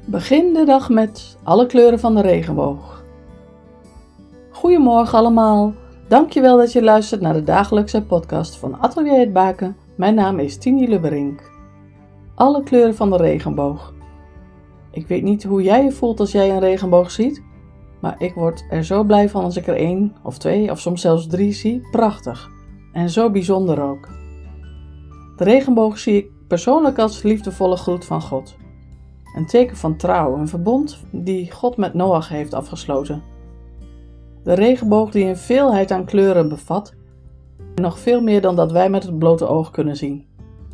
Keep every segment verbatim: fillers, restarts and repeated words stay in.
Begin de dag met alle kleuren van de regenboog. Goedemorgen allemaal. Dankjewel dat je luistert naar de dagelijkse podcast van Atelier Het Baken. Mijn naam is Tini Lubberink. Alle kleuren van de regenboog. Ik weet niet hoe jij je voelt als jij een regenboog ziet, maar ik word er zo blij van als ik er één of twee of soms zelfs drie zie. Prachtig. En zo bijzonder ook. De regenboog zie ik persoonlijk als liefdevolle groet van God. Een teken van trouw, een verbond die God met Noach heeft afgesloten. De regenboog die een veelheid aan kleuren bevat, en nog veel meer dan dat wij met het blote oog kunnen zien.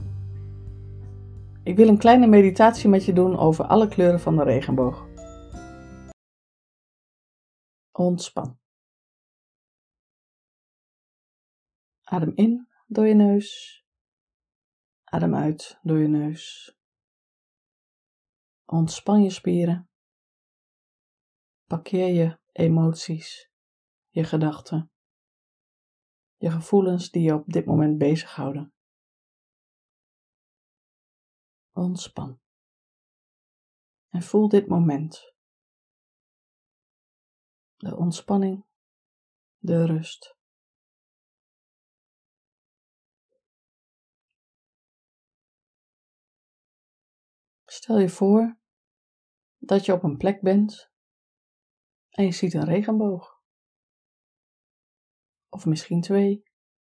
Ik wil een kleine meditatie met je doen over alle kleuren van de regenboog. Ontspan. Adem in door je neus. Adem uit door je neus. Ontspan je spieren. Parkeer je emoties, je gedachten, je gevoelens die je op dit moment bezighouden. Ontspan. En voel dit moment. De ontspanning, de rust. Stel je voor dat je op een plek bent en je ziet een regenboog. Of misschien twee.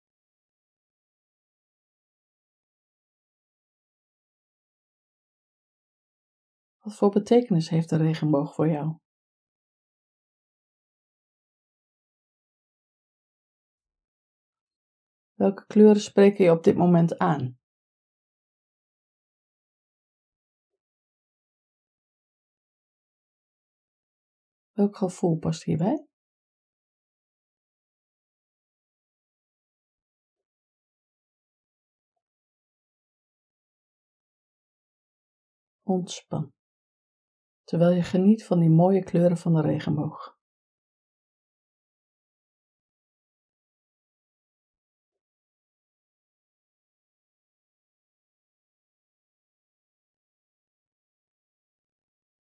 Wat voor betekenis heeft de regenboog voor jou? Welke kleuren spreken je op dit moment aan? Welk gevoel past hierbij? Ontspan, terwijl je geniet van die mooie kleuren van de regenboog.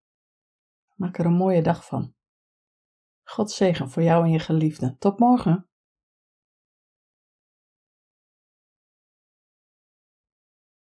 Maak er een mooie dag van. God zegen voor jou en je geliefde. Tot morgen.